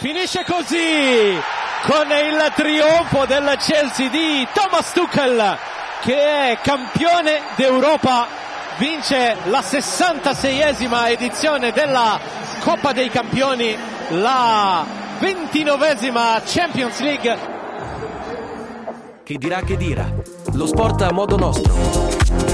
Finisce così, con il trionfo del Chelsea di Thomas Tuchel, che è campione d'Europa, vince la 66esima edizione della Coppa dei Campioni, la 29esima Champions League. Chi dirà che dirà? Lo sport a modo nostro.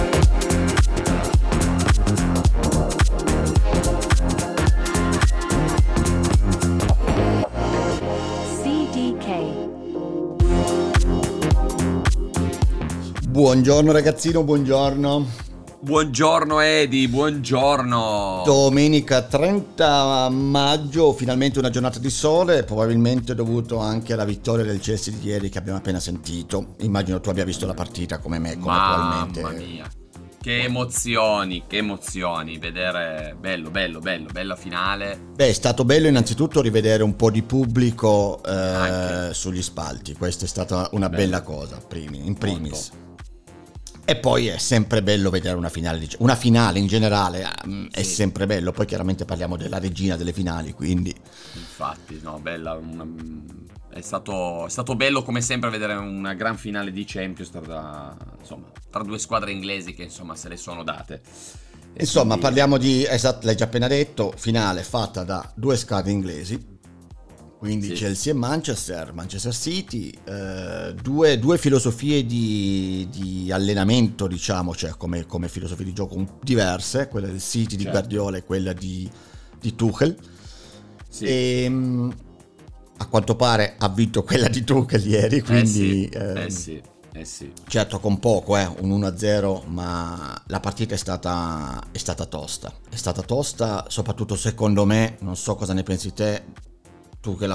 Buongiorno ragazzino, buongiorno. Buongiorno Edi, buongiorno. Domenica 30 maggio, finalmente una giornata di sole, probabilmente dovuto anche alla vittoria del Chelsea di ieri che abbiamo appena sentito. Immagino tu abbia visto la partita come me, come probabilmente. Mamma mia, che emozioni, vedere, bella finale. Beh, è stato bello innanzitutto rivedere un po' di pubblico sugli spalti, questa è stata una bella cosa, in primis. Molto. E poi è sempre bello vedere una finale in generale, è sempre bello, poi chiaramente parliamo della regina delle finali, quindi... Infatti, no, bella, è stato bello come sempre vedere una gran finale di Champions tra due squadre inglesi che insomma se le sono date. Insomma, quindi... parliamo di, esatto, l'hai già appena detto, finale fatta da due squadre inglesi. Quindi sì. Chelsea e Manchester City, due filosofie di allenamento, diciamo, cioè come filosofie di gioco diverse, quella del City di Guardiola e quella di Tuchel. Sì. E a quanto pare ha vinto quella di Tuchel ieri, quindi... sì. Certo con poco, un 1-0, ma la partita è stata tosta. È stata tosta, soprattutto secondo me, non so cosa ne pensi te, tu che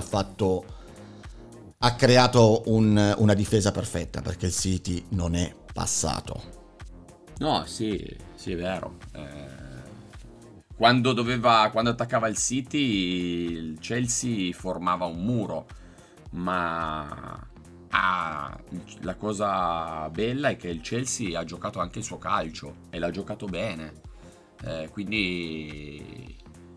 ha creato una difesa perfetta, perché il City non è passato. No, sì, è vero. Quando attaccava il City, il Chelsea formava un muro, ma la cosa bella è che il Chelsea ha giocato anche il suo calcio e l'ha giocato bene, quindi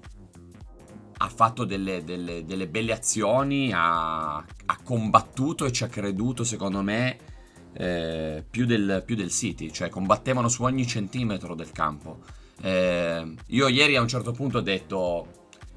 ha fatto delle belle azioni, ha combattuto e ci ha creduto, secondo me, più del City, cioè combattevano su ogni centimetro del campo. Io ieri a un certo punto ho detto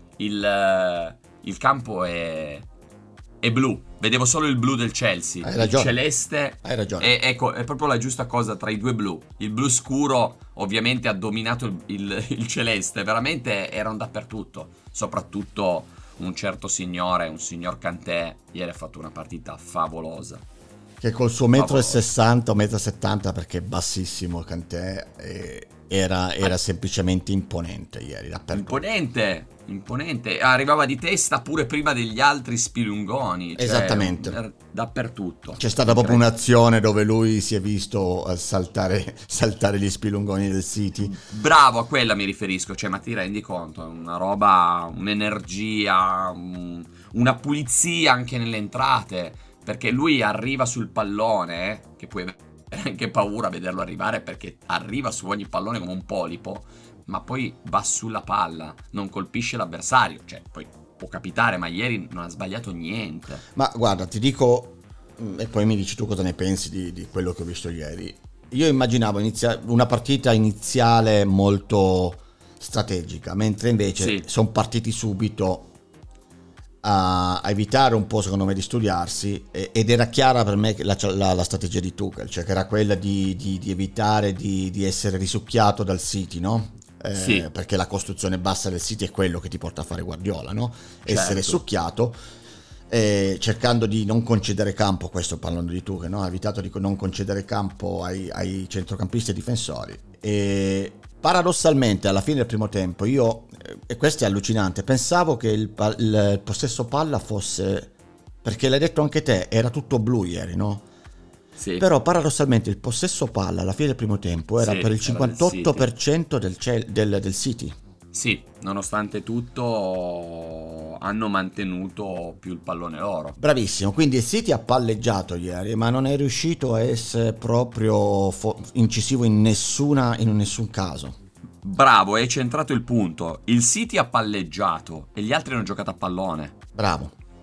il campo è blu, vedevo solo il blu del Chelsea. Hai ragione. Il celeste. Hai ragione. Ecco, è proprio la giusta cosa tra i due blu. Il blu scuro ovviamente ha dominato il celeste, veramente erano dappertutto, soprattutto un certo signor Kanté ieri ha fatto una partita favolosa, che col suo 1,60 m, 1,70 m, perché è bassissimo Kanté, era semplicemente imponente ieri dappertutto. Imponente, arrivava di testa pure prima degli altri spilungoni, cioè, esattamente, dappertutto. C'è stata proprio un'azione dove lui si è visto saltare gli spilungoni del City. Bravo, a quella mi riferisco, cioè, ma ti rendi conto, è una roba, un'energia, una pulizia anche nelle entrate, perché lui arriva sul pallone, che puoi avere anche paura a vederlo arrivare, perché arriva su ogni pallone come un polipo, ma poi va sulla palla, non colpisce l'avversario, cioè poi può capitare, ma ieri non ha sbagliato niente. Ma guarda, ti dico, e poi mi dici tu cosa ne pensi di quello che ho visto ieri. Io immaginavo una partita iniziale molto strategica, mentre invece sono partiti subito a evitare un po', secondo me, di studiarsi, ed era chiara per me la strategia di Tuchel, cioè che era quella di evitare di essere risucchiato dal City, no? Perché la costruzione bassa del City è quello che ti porta a fare Guardiola, no? Certo. Essere succhiato, cercando di non concedere campo, questo parlando di Tuchel, no? Ha evitato di non concedere campo ai centrocampisti e difensori, e paradossalmente alla fine del primo tempo io, e questo è allucinante, pensavo che il possesso palla fosse, perché l'hai detto anche te, era tutto blu ieri, no? Sì. Però paradossalmente il possesso palla alla fine del primo tempo era per il 58% del City. Sì, nonostante tutto hanno mantenuto più il pallone loro. Bravissimo, quindi il City ha palleggiato ieri, ma non è riuscito a essere proprio incisivo in nessun caso. Bravo, hai centrato il punto. Il City ha palleggiato e gli altri hanno giocato a pallone. Bravo.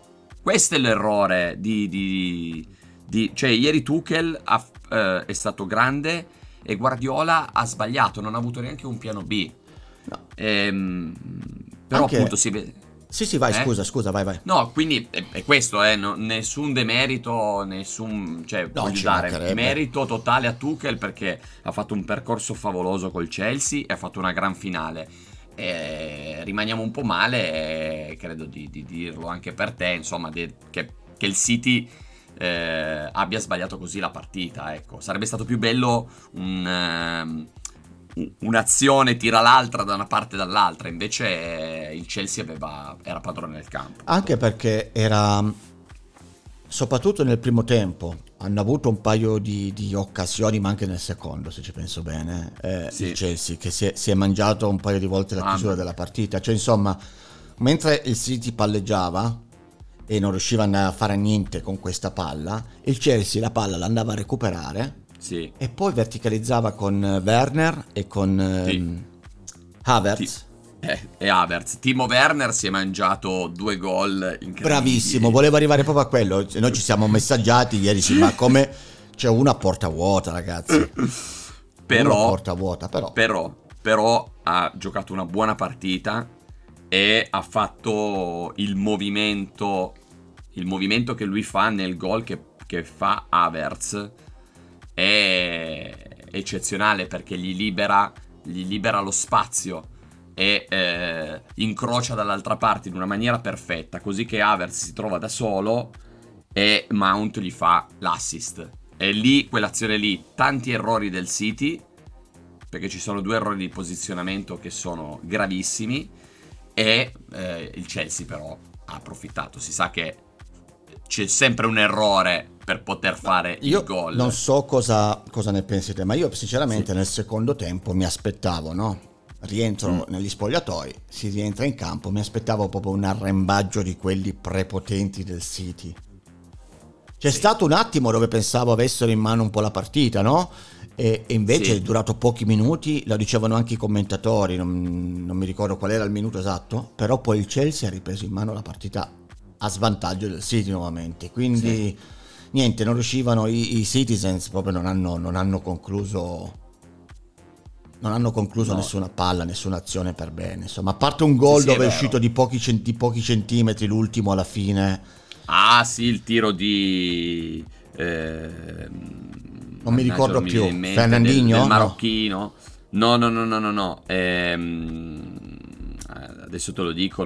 Questo è l'errore cioè ieri Tuchel è stato grande e Guardiola ha sbagliato, non ha avuto neanche un piano B. No. Però Anche... appunto si vede. Sì, vai, scusa, vai. No, quindi è questo, nessun demerito, cioè No, voglio ci dare mancherebbe. merito totale a Tuchel perché ha fatto un percorso favoloso col Chelsea e ha fatto una gran finale. Rimaniamo un po' male, credo di dirlo anche per te, insomma, che il City abbia sbagliato così la partita, ecco. Sarebbe stato più bello un'azione tira l'altra da una parte e dall'altra, invece il Chelsea era padrone del campo. Anche perché era, soprattutto nel primo tempo, hanno avuto un paio di occasioni, ma anche nel secondo, se ci penso bene, Sì. il Chelsea, che si è mangiato un paio di volte la chiusura della partita. Cioè, insomma, mentre il City palleggiava e non riusciva a fare niente con questa palla, il Chelsea la palla l'andava a recuperare. Sì. E poi verticalizzava con Werner e con Havertz. E Havertz. Timo Werner si è mangiato 2 gol incredibili. Bravissimo, volevo arrivare proprio a quello. Noi ci siamo messaggiati ieri, sì, ma come c'è una porta vuota, ragazzi. Una porta vuota, però ha giocato una buona partita e ha fatto il movimento che lui fa nel gol che fa Havertz. È eccezionale perché gli libera lo spazio e incrocia dall'altra parte in una maniera perfetta, così che Havertz si trova da solo e Mount gli fa l'assist. E lì, quell'azione lì, tanti errori del City, perché ci sono 2 errori di posizionamento che sono gravissimi, e il Chelsea però ha approfittato. Si sa che c'è sempre un errore per poter fare il gol. Io non so cosa ne pensi te, ma io sinceramente nel secondo tempo mi aspettavo, no? Rientro negli spogliatoi, si rientra in campo, mi aspettavo proprio un arrembaggio di quelli prepotenti del City. C'è stato un attimo dove pensavo avessero in mano un po' la partita, no? E invece è durato pochi minuti, lo dicevano anche i commentatori, non mi ricordo qual era il minuto esatto, però poi il Chelsea ha ripreso in mano la partita a svantaggio del City nuovamente, quindi niente, non riuscivano, i Citizens proprio non hanno concluso nessuna palla, nessuna azione per bene, insomma, a parte un gol dove è uscito di pochi centimetri l'ultimo alla fine. Ah sì, il tiro di non mi ricordo più, Fernandinho del marocchino. No. Adesso te lo dico.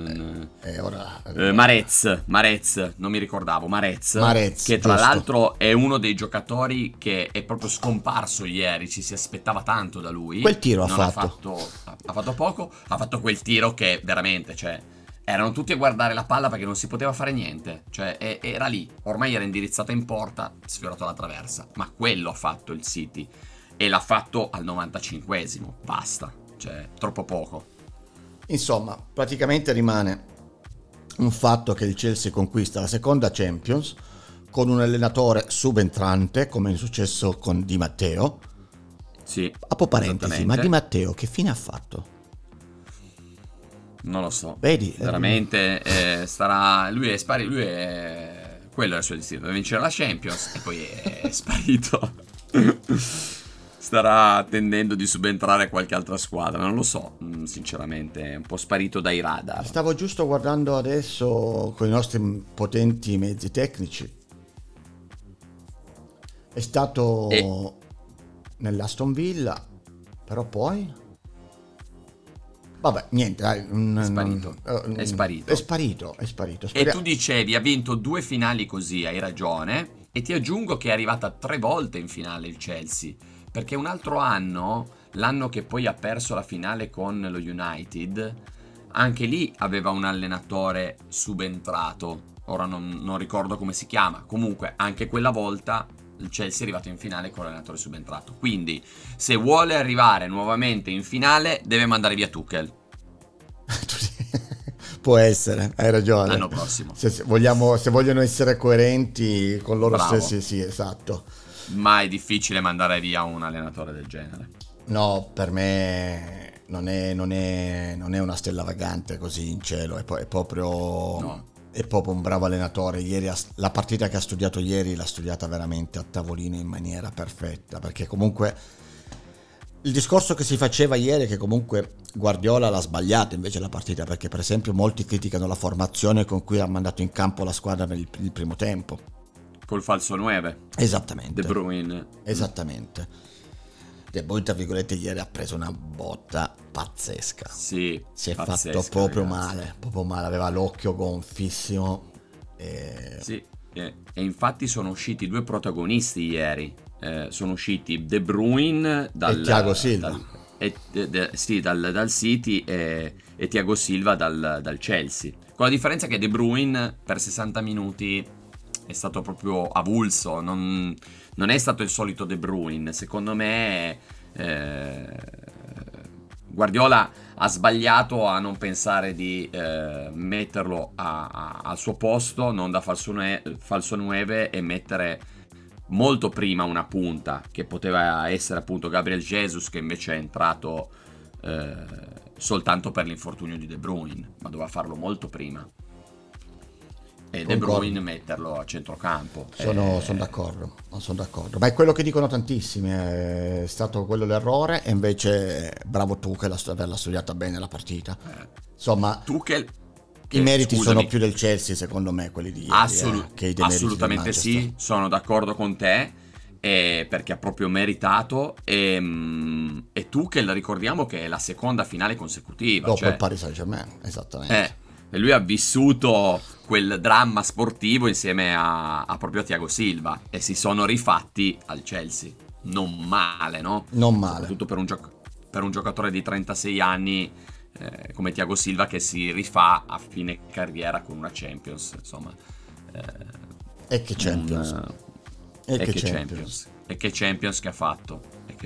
Marez, non mi ricordavo. Marez, che tra l'altro è uno dei giocatori che è proprio scomparso ieri. Ci si aspettava tanto da lui. Quel tiro ha fatto poco. Ha fatto quel tiro che veramente, cioè, erano tutti a guardare la palla perché non si poteva fare niente. Cioè, era lì. Ormai era indirizzata in porta, sfiorato la traversa. Ma quello ha fatto il City. E l'ha fatto al 95esimo. Basta. Cioè, troppo poco. Insomma, praticamente rimane un fatto che il Chelsea conquista la seconda Champions con un allenatore subentrante, come è successo con Di Matteo. Sì. Apro parentesi, ma Di Matteo che fine ha fatto? Non lo so. Vedi? Veramente lui è sparito. Quello è il suo destino. Deve vincere la Champions e poi è sparito. Starà attendendo di subentrare a qualche altra squadra, non lo so, sinceramente, è un po' sparito dai radar. Stavo giusto guardando adesso con i nostri potenti mezzi tecnici. È stato nell'Aston Villa, però poi vabbè, niente, dai, è sparito. E tu dicevi, ha vinto 2 finali così, hai ragione, e ti aggiungo che è arrivata 3 volte in finale il Chelsea. Perché un altro anno, l'anno che poi ha perso la finale con lo United, anche lì aveva un allenatore subentrato. Ora non ricordo come si chiama. Comunque, anche quella volta il Chelsea è arrivato in finale con l'allenatore subentrato. Quindi, se vuole arrivare nuovamente in finale, deve mandare via Tuchel. Può essere, hai ragione. L'anno prossimo. Se vogliono essere coerenti con loro stessi, sì, esatto. Ma è difficile mandare via un allenatore del genere. No, per me non è una stella vagante così in cielo, è proprio... No. è proprio un bravo allenatore. Ieri la partita che ha studiato ieri l'ha studiata veramente a tavolino in maniera perfetta, perché comunque il discorso che si faceva ieri è che comunque Guardiola l'ha sbagliato invece la partita, perché per esempio molti criticano la formazione con cui ha mandato in campo la squadra per il primo tempo. Col falso 9. Esattamente. De Bruyne. Esattamente. De Bruyne, tra virgolette, ieri ha preso una botta pazzesca. Sì, si è pazzesca, fatto proprio ragazzi. male, aveva l'occhio gonfissimo. Sì, e infatti sono usciti 2 protagonisti ieri. Sono usciti De Bruyne e Thiago Silva. Dal City e Thiago Silva dal Chelsea. Con la differenza che De Bruyne per 60 minuti è stato proprio avulso, non è stato il solito De Bruyne. Secondo me Guardiola ha sbagliato a non pensare di metterlo al suo posto, non da falso 9, e mettere molto prima una punta che poteva essere appunto Gabriel Jesus, che invece è entrato soltanto per l'infortunio di De Bruyne, ma doveva farlo molto prima. E De Bruyne metterlo a centrocampo. Sono d'accordo. Ma è quello che dicono tantissimi, è stato quello l'errore, e invece bravo Tuchel averla studiata bene la partita. Insomma, Tuchel, i meriti sono più del Chelsea secondo me, quelli di ieri, che i demeriti assolutamente del Manchester. sì, sono d'accordo con te, perché ha proprio meritato, e Tuchel, ricordiamo che è la seconda finale consecutiva dopo il Paris Saint-Germain, esattamente. E lui ha vissuto quel dramma sportivo insieme a proprio a Thiago Silva, e si sono rifatti al Chelsea. Non male, no? Non male. Soprattutto per un giocatore di 36 anni come Thiago Silva, che si rifà a fine carriera con una Champions, insomma. E che Champions. E che Champions che ha fatto.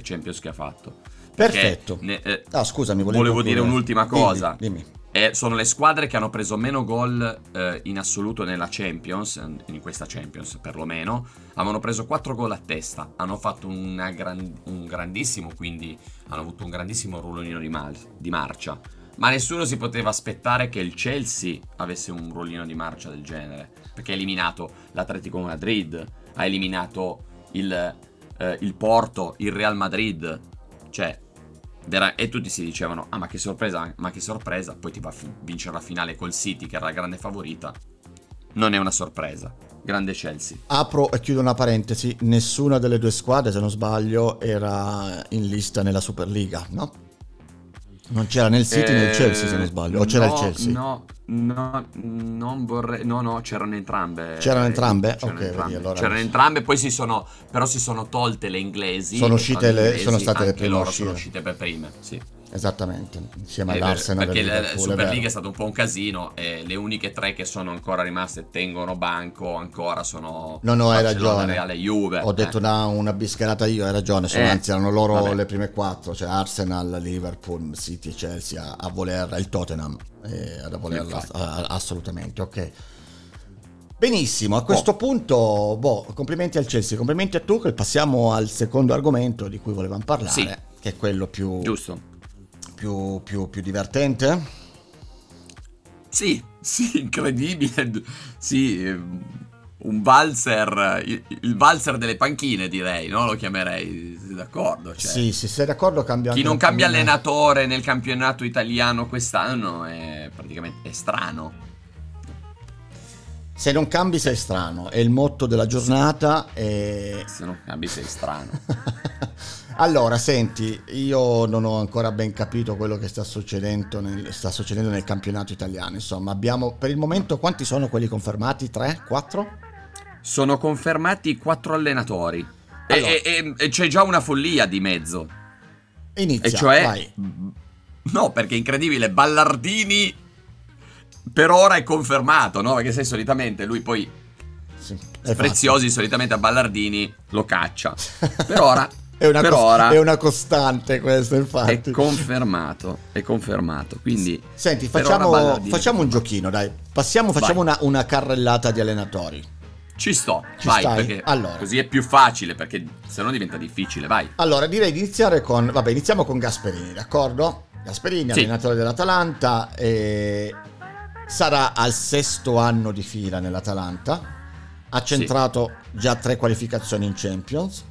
Perfetto. Scusami, volevo dire un'ultima cosa. Dimmi. Sono le squadre che hanno preso meno gol in assoluto nella Champions, in questa Champions perlomeno. Avevano preso 4 gol a testa, hanno fatto un grandissimo, quindi hanno avuto un grandissimo ruolino di marcia. Ma nessuno si poteva aspettare che il Chelsea avesse un ruolino di marcia del genere, perché ha eliminato l'Atletico Madrid, ha eliminato il Porto, il Real Madrid, cioè... E tutti si dicevano ma che sorpresa, poi ti va a vincere la finale col City, che era la grande favorita. Non è una sorpresa, grande Chelsea. Apro e chiudo una parentesi, nessuna delle due squadre, se non sbaglio, era in lista nella Superliga, no? Non c'era né il City né il Chelsea, se non sbaglio, o c'era il Chelsea? No, non vorrei. No, c'erano entrambe. C'erano entrambe? C'erano entrambe, poi si sono tolte le inglesi. Sono state le prime loro sono uscite per prime, sì. Esattamente, insieme all'Arsenal. Perché la Superliga è stato un po' un casino, e le uniche 3 che sono ancora rimaste, tengono banco ancora, sono No, hai ragione. Reale, Juve. Ho detto una bischerata io, hai ragione, anzi erano loro le prime 4, cioè Arsenal, Liverpool, City e Chelsea a volerla, il Tottenham a volerla assolutamente, ok. Benissimo, a questo punto complimenti al Chelsea, complimenti a Tuchel. Passiamo al secondo argomento di cui volevamo parlare, che è quello più giusto. Più divertente? Sì, incredibile. Sì, un valzer, il valzer delle panchine, direi, no? Lo chiamerei, sei d'accordo? Cioè, sì, sei d'accordo, cambia. Chi non cambia allenatore nel campionato italiano quest'anno è praticamente strano. Se non cambi sei strano, è il motto della giornata. Se non cambi sei strano. Allora, senti, io non ho ancora ben capito quello che sta succedendo nel campionato italiano. Insomma, abbiamo per il momento, quanti sono quelli confermati? 3? 4? Sono confermati 4 allenatori. Allora. E c'è già una follia di mezzo. Inizia, e cioè, vai. No, perché è incredibile, Ballardini per ora è confermato, no? Perché sai, solitamente lui poi Preziosi solitamente a Ballardini lo caccia. Per ora è una costante questo, infatti. È confermato. Quindi senti, facciamo un giochino, dai. Facciamo una carrellata di allenatori. Ci sto, vai, perché allora, così è più facile, perché se no diventa difficile, vai. Allora, direi di iniziare iniziamo con Gasperini, d'accordo? Gasperini, sì, allenatore dell'Atalanta, sarà al 6º anno di fila nell'Atalanta, ha centrato già 3 qualificazioni in Champions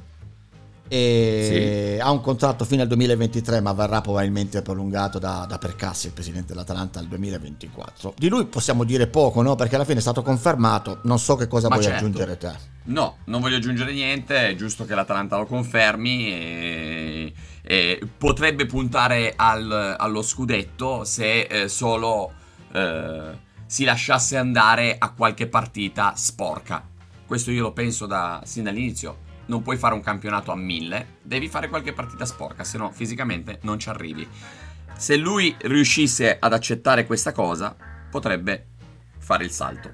e ha un contratto fino al 2023, ma verrà probabilmente prolungato da Percassi, il presidente dell'Atalanta, al 2024. Di lui possiamo dire poco, no? Perché alla fine è stato confermato, non so che cosa vuoi aggiungere te. No, non voglio aggiungere niente, è giusto che l'Atalanta lo confermi e potrebbe puntare allo scudetto se solo si lasciasse andare a qualche partita sporca. Questo io lo penso sin dall'inizio. Non puoi fare un campionato a 1000, devi fare qualche partita sporca, se no fisicamente non ci arrivi. Se lui riuscisse ad accettare questa cosa, potrebbe fare il salto.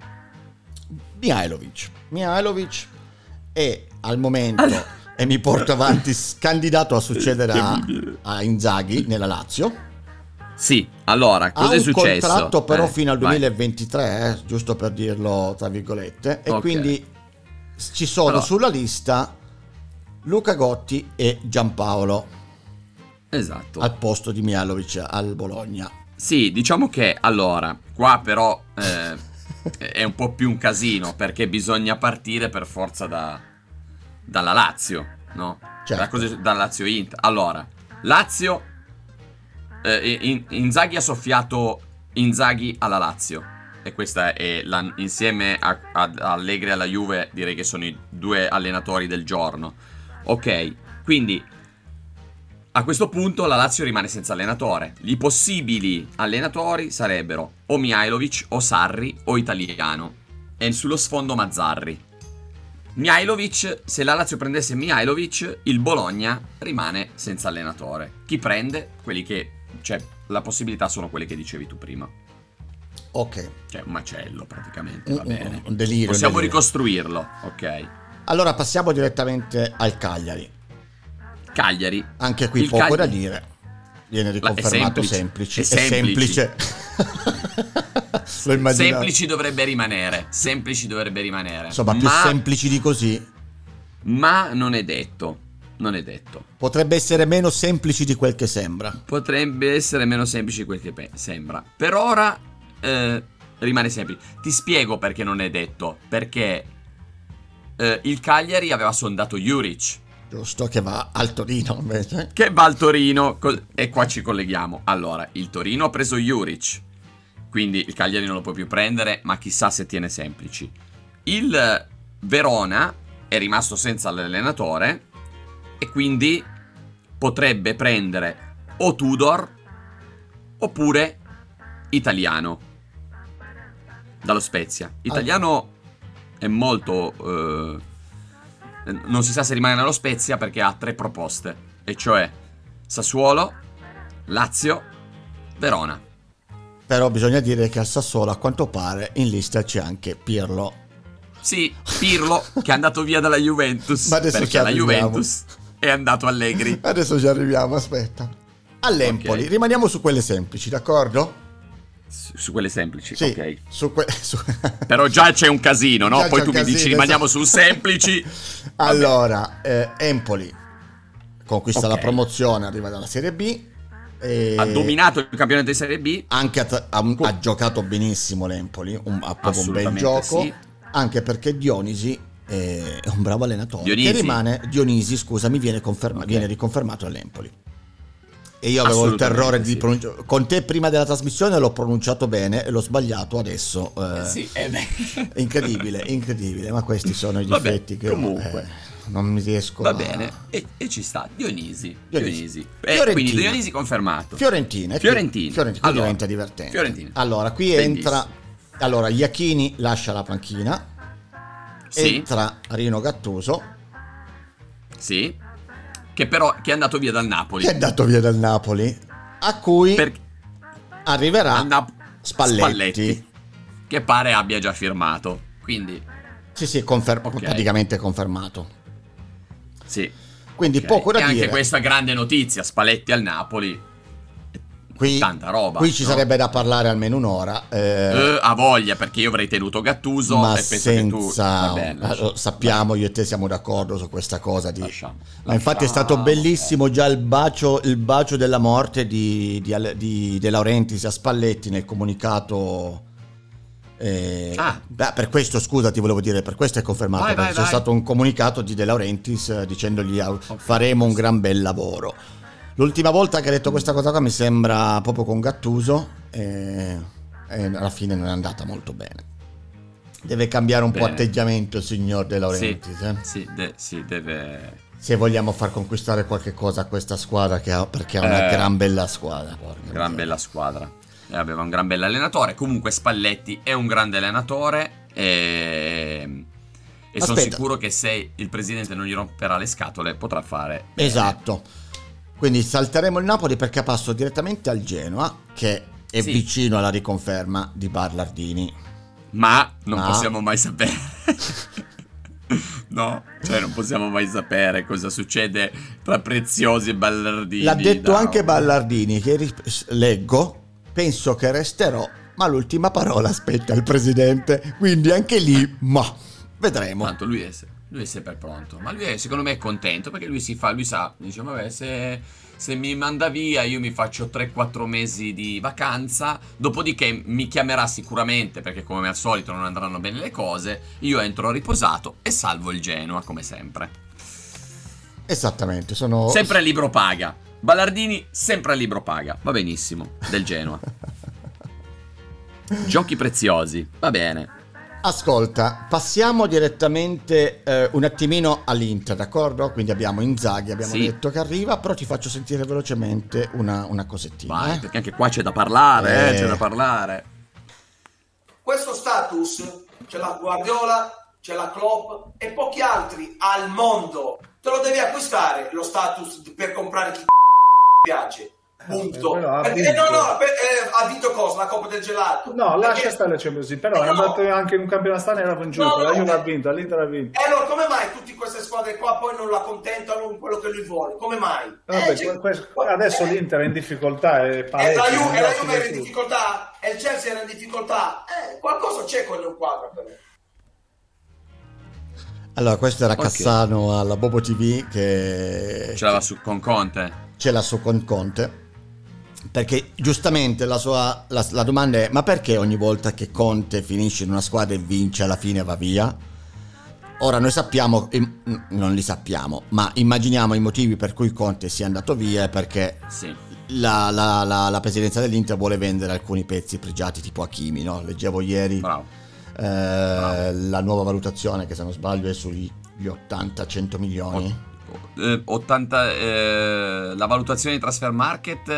Mihajlovic è al momento, e mi porto avanti, candidato a succedere a Inzaghi nella Lazio. Sì, allora, cosa è successo? Ha un contratto però fino al 2023, giusto per dirlo tra virgolette, e quindi ci sono sulla lista Luca Gotti e Giampaolo. Esatto. Al posto di Mihajlovic al Bologna. Sì, diciamo che allora, qua però è un po' più un casino, perché bisogna partire per forza dalla Lazio, no? Certo. Da Lazio Inter. Allora, Lazio Inzaghi ha soffiato Inzaghi alla Lazio, e questa è insieme a Allegri e alla Juve, direi che sono i 2 allenatori del giorno. Ok, quindi a questo punto la Lazio rimane senza allenatore. I possibili allenatori sarebbero o Mihajlovic o Sarri o Italiano, e sullo sfondo Mazzarri. Mihajlovic, se la Lazio prendesse Mihajlovic, il Bologna rimane senza allenatore. Chi prende? La possibilità sono quelle che dicevi tu prima. Ok. Cioè un macello praticamente, va bene. Un delirio. Possiamo ricostruirlo, ok. Allora passiamo direttamente al Cagliari. Anche qui poco da dire. Viene riconfermato semplice. È semplice. Lo immaginavo. Semplici dovrebbe rimanere. Insomma, più semplici di così. Ma non è detto. Potrebbe essere meno semplici di quel che sembra. Per ora rimane semplice. Ti spiego perché non è detto. Perché il Cagliari aveva sondato Juric. Giusto, che va al Torino invece. E qua ci colleghiamo. Allora, il Torino ha preso Juric, quindi il Cagliari non lo può più prendere, ma chissà se tiene semplici. Il Verona è rimasto senza l'allenatore e quindi potrebbe prendere o Tudor oppure Italiano dallo Spezia. Italiano è molto non si sa se rimane nello Spezia, perché ha 3 proposte, e cioè Sassuolo, Lazio, Verona. Però bisogna dire che al Sassuolo, a quanto pare, in lista c'è anche Pirlo. Sì, Pirlo, che è andato via dalla Juventus, perché alla Juventus è andato Allegri. Adesso ci arriviamo, aspetta. All'Empoli, rimaniamo su quelle semplici, d'accordo? Su quelle semplici, sì, ok. Però già c'è un casino, no? Poi tu mi dici rimaniamo su semplici. Allora, Empoli conquista la promozione, arriva dalla Serie B. Ha dominato il campionato di Serie B. Anche ha giocato benissimo l'Empoli, ha proprio un bel gioco. Sì. Anche perché Dionisi è un bravo allenatore. Dionisi, scusami, viene riconfermato all'Empoli. E io avevo il terrore di pronunciare. Con te prima della trasmissione l'ho pronunciato bene e l'ho sbagliato adesso. Sì, incredibile. Ma questi sono i difetti che comunque non mi riesco Va bene, e ci sta. Dionisi. Quindi Dionisi confermato. Fiorentina. Allora, diventa divertente. Fiorentina. Allora, qui entra. Allora, Iachini lascia la panchina. Sì. Entra Rino Gattuso. Sì. Che è andato via dal Napoli. A cui arriverà Spalletti. Che pare abbia già firmato. Quindi sì, praticamente confermato. Sì. Quindi poco da dire. E anche questa grande notizia, Spalletti al Napoli. tanta roba. Qui ci sarebbe da parlare almeno un'ora. A voglia, perché io avrei tenuto Gattuso, ma e penso che tu... sappiamo, io e te siamo d'accordo su questa cosa ma infatti è lasciamo, stato bellissimo già il bacio della morte di De Laurentiis a Spalletti nel comunicato. Per questo, scusa, ti volevo dire, per questo è confermato, perché c'è stato un comunicato di De Laurentiis dicendogli faremo un gran bel lavoro. L'ultima volta che ha detto questa cosa qua mi sembra proprio con Gattuso, e alla fine non è andata molto bene. Deve cambiare un po' atteggiamento il signor De Laurentiis. Sì, deve... Se vogliamo far conquistare qualche cosa a questa squadra, perché è una gran bella squadra. Bella squadra. Aveva un gran bel allenatore. Comunque Spalletti è un grande allenatore, e sono sicuro che se il presidente non gli romperà le scatole potrà fare bene. Esatto. Quindi salteremo il Napoli perché passo direttamente al Genoa, che è vicino alla riconferma di Ballardini. Ma non possiamo mai sapere. No, cioè non possiamo mai sapere cosa succede tra Preziosi e Ballardini. L'ha detto anche Ballardini, che leggo, penso che resterò, ma l'ultima parola aspetta il presidente, quindi anche lì, vedremo. Tanto lui è sempre pronto, ma secondo me è contento, perché lui sa, dice vabbè, se mi manda via io mi faccio 3-4 mesi di vacanza, dopodiché mi chiamerà sicuramente, perché come al solito non andranno bene le cose, io entro riposato e salvo il Genoa come sempre. Esattamente, sempre a libro paga. Ballardini sempre a libro paga, va benissimo, del Genoa. Giochi preziosi, va bene. Ascolta, passiamo direttamente un attimino all'Inter, d'accordo? Quindi abbiamo Inzaghi, abbiamo detto che arriva, però ti faccio sentire velocemente una cosettina. Vai, perché anche qua c'è da parlare, c'è da parlare. Questo status c'è la Guardiola, c'è la Klopp e pochi altri al mondo. Te lo devi acquistare lo status per comprare chi piace. Punto. Ha vinto cosa? La Coppa del Gelato? No, lascia stare la Champions League, però è andato anche in un campionato strano, era vinto, la Juve ha vinto, l'Inter ha vinto. E allora come mai tutte queste squadre qua poi non la contentano con quello che lui vuole? Come mai? Adesso l'Inter è in difficoltà, è parecchio. La Juve era in difficoltà? E il Chelsea era in difficoltà? Qualcosa c'è con il quadro però. Allora, questo era Cassano alla Bobo TV che ce l'aveva con Conte. Ce l'ha su con Conte. Perché giustamente la domanda è: ma perché ogni volta che Conte finisce in una squadra e vince alla fine va via? Ora noi sappiamo, non li sappiamo, ma immaginiamo i motivi per cui Conte sia andato via, perché la presidenza dell'Inter vuole vendere alcuni pezzi pregiati tipo Hakimi, no? Leggevo ieri la nuova valutazione, che se non sbaglio è sugli 80-100 milioni. La valutazione di Transfermarkt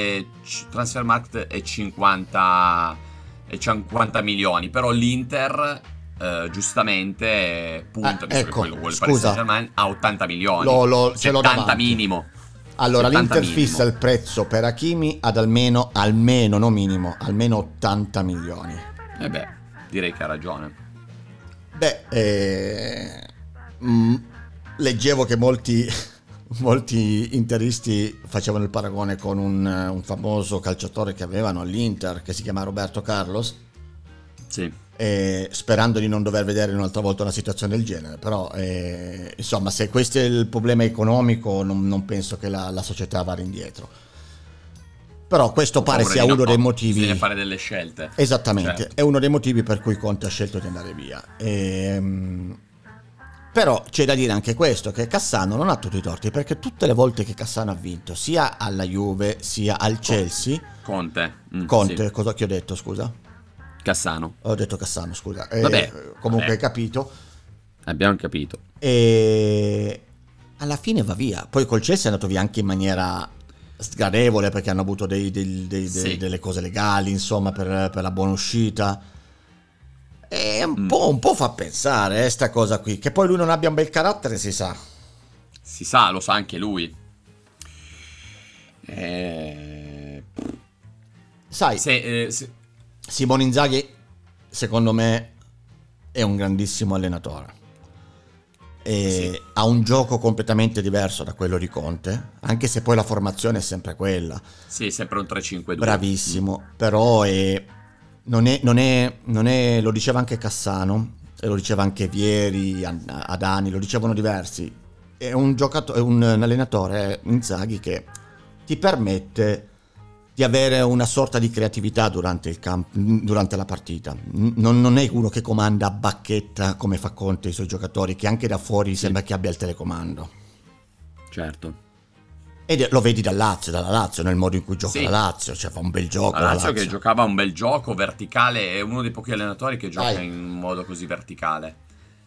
è 50 milioni, però l'Inter giustamente punta, visto che poi lo vuole Paris Saint-Germain, a 80 milioni, 70 minimo. Allora l'Inter fissa il prezzo per Hakimi ad almeno, no minimo, almeno 80 milioni. Direi che ha ragione. Leggevo che molti interisti facevano il paragone con un famoso calciatore che avevano all'Inter, che si chiama Roberto Carlos, sperando di non dover vedere un'altra volta una situazione del genere. Però insomma, se questo è il problema economico, non penso che la società vada indietro. Però questo pare sia uno dei motivi. Bisogna fare delle scelte. Esattamente, certo. È uno dei motivi per cui Conte ha scelto di andare via. Però c'è da dire anche questo, che Cassano non ha tutti i torti, perché tutte le volte che Cassano ha vinto, sia alla Juve sia al Chelsea. Conte, cosa che ho detto, scusa? Cassano. Ho detto Cassano, scusa. Comunque hai capito. Abbiamo capito. E alla fine va via. Poi col Chelsea è andato via anche in maniera sgradevole, perché hanno avuto delle cose legali, insomma, per la buona uscita. E un po' fa pensare sta cosa qui. Che poi lui non abbia un bel carattere, si sa, lo sa anche lui. Sai, Simone Inzaghi secondo me è un grandissimo allenatore, e ha un gioco completamente diverso da quello di Conte, anche se poi la formazione è sempre quella. Sì, sempre un 3-5-2. Bravissimo, però non è, lo diceva anche Cassano, e lo diceva anche Vieri, Adani, lo dicevano diversi. È un giocatore, è un allenatore, Inzaghi, che ti permette di avere una sorta di creatività durante la partita. Non è uno che comanda a bacchetta come fa Conte i suoi giocatori, che anche da fuori sembra che abbia il telecomando. Certo. E lo vedi dalla Lazio, nel modo in cui gioca Sì. la Lazio, cioè fa un bel gioco. La Lazio che giocava un bel gioco verticale, è uno dei pochi allenatori che gioca Dai. in modo così verticale.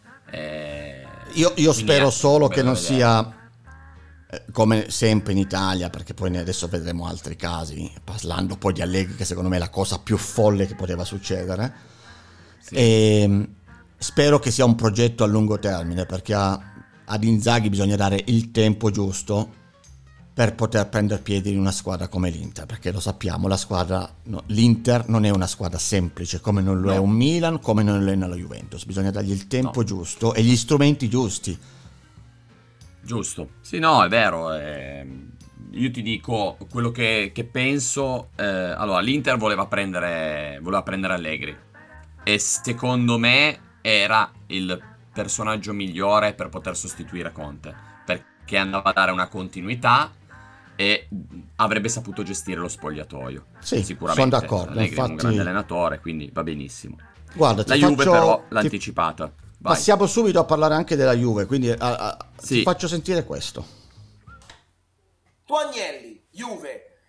Io Quindi spero è solo che bello non vedere. sia come sempre in Italia, perché poi adesso vedremo altri casi, parlando poi di Allegri, che secondo me è la cosa più folle che poteva succedere. Sì. E spero che sia un progetto a lungo termine, perché ad Inzaghi bisogna dare il tempo giusto per poter prendere piedi in una squadra come l'Inter, perché lo sappiamo, l'Inter non è una squadra semplice, come non lo è un Milan, come non lo è la Juventus. Bisogna dargli il tempo giusto e gli strumenti giusti. Giusto. Sì, no, è vero. Io ti dico quello che penso. Allora, l'Inter voleva prendere Allegri. E secondo me era il personaggio migliore per poter sostituire Conte. Perché andava a dare una continuità e avrebbe saputo gestire lo spogliatoio. Sì, Sicuramente. sono d'accordo. Allegri è un Infatti, grande allenatore, quindi va benissimo. guarda, La Juve però l'ha anticipata. Vai. Passiamo subito a parlare anche della Juve, quindi Sì. ti faccio sentire questo. Tu Agnelli, Juve,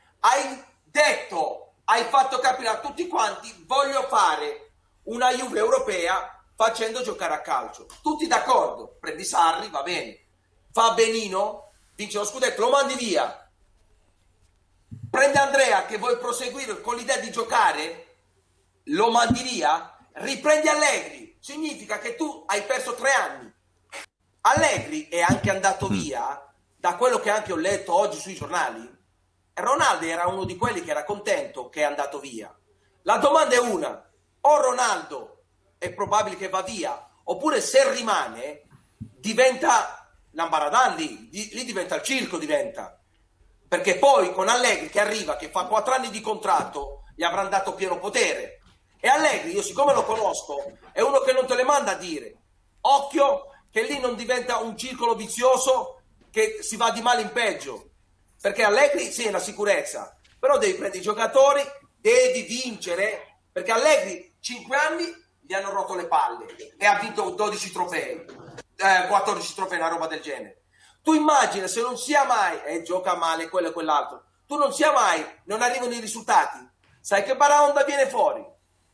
hai fatto capire a tutti quanti, voglio fare una Juve europea facendo giocare a calcio. Tutti d'accordo, prendi Sarri, va bene, fa benino, vince lo scudetto, lo mandi via. Prende Andrea che vuoi proseguire con l'idea di giocare, lo mandi via, riprendi Allegri, significa che tu hai perso 3 anni. Allegri è anche andato via, da quello che anche ho letto oggi sui giornali. Ronaldo era uno di quelli che era contento che è andato via. La domanda è una: o Ronaldo è probabile che va via, oppure se rimane diventa l'ambaradan lì diventa il circo, diventa. Perché poi con Allegri che arriva, che fa 4 anni di contratto, gli avranno dato pieno potere. E Allegri, io siccome lo conosco, è uno che non te le manda a dire. Occhio che lì non diventa un circolo vizioso che si va di male in peggio. Perché Allegri sì è una sicurezza, però devi prendere i giocatori, devi vincere, perché Allegri 5 anni gli hanno rotto le palle e ha vinto 12 trofei, 14 trofei, una roba del genere. Tu immagina se non sia mai, gioca male quello e quell'altro, tu non sia mai, non arrivano i risultati, sai che baraonda viene fuori?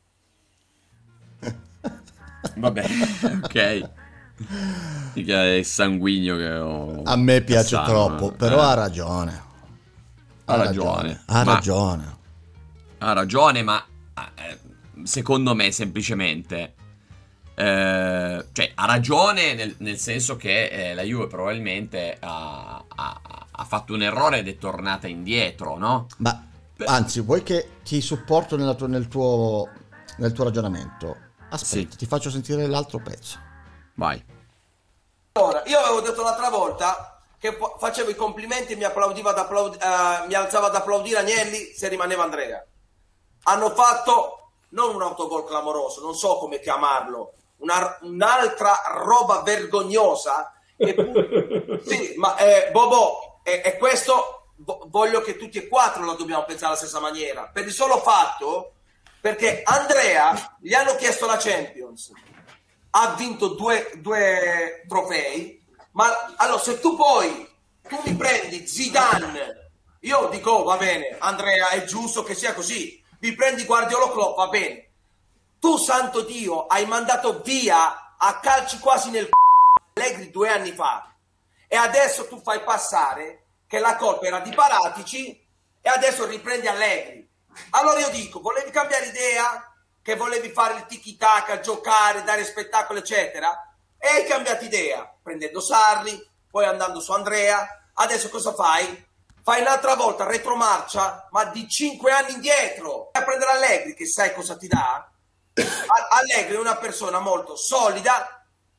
Vabbè, ok. È sanguigno che ho. A me piace Cassano, troppo, però ha ragione. Ha ragione. Ha Ma- ragione. Ha ragione, ma secondo me semplicemente cioè ha ragione nel senso che la Juve probabilmente ha fatto un errore ed è tornata indietro, no? Ma anzi, vuoi che ti supporto nel tuo ragionamento? Aspetta, Sì. ti faccio sentire l'altro pezzo. Vai. Allora, io avevo detto l'altra volta che facevo i complimenti e mi alzava ad applaudire Agnelli se rimaneva Andrea. Hanno fatto non un autogol clamoroso, non so come chiamarlo, un'altra roba vergognosa. Sì, ma Bobo, e questo voglio che tutti e 4 lo dobbiamo pensare alla stessa maniera, per il solo fatto perché Andrea gli hanno chiesto la Champions, ha vinto due trofei, ma allora se tu mi prendi Zidane, io dico va bene, Andrea è giusto che sia così, mi prendi Guardiola Klopp, va bene, tu santo Dio hai mandato via a calci quasi nel Allegri 2 anni fa e adesso tu fai passare che la colpa era di Paratici e adesso riprendi Allegri. Allora io dico, volevi cambiare idea? Che volevi fare il tiki-taka, giocare, dare spettacolo, eccetera, e hai cambiato idea, prendendo Sarri, poi andando su Andrea, adesso cosa fai? Fai un'altra volta retromarcia, ma di 5 anni indietro, a prendere Allegri, che sai cosa ti dà? Allegri è una persona molto solida,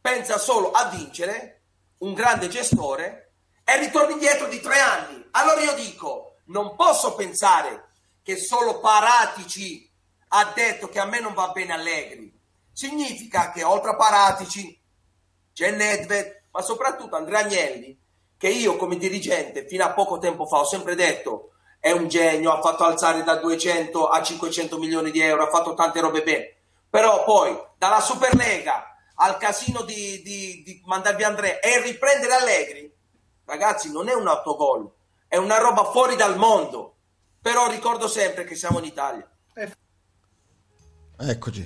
pensa solo a vincere, un grande gestore, e ritorni indietro di 3 anni. Allora io dico, non posso pensare che solo Paratici ha detto che a me non va bene Allegri. Significa che oltre a Paratici c'è Nedved, ma soprattutto Andrea Agnelli, che io come dirigente fino a poco tempo fa ho sempre detto è un genio, ha fatto alzare da 200 a 500 milioni di euro, ha fatto tante robe bene, però poi dalla Superlega al casino di mandar via Andrea e riprendere Allegri, ragazzi, non è un autogol, è una roba fuori dal mondo. Però ricordo sempre che siamo in Italia. Eccoci.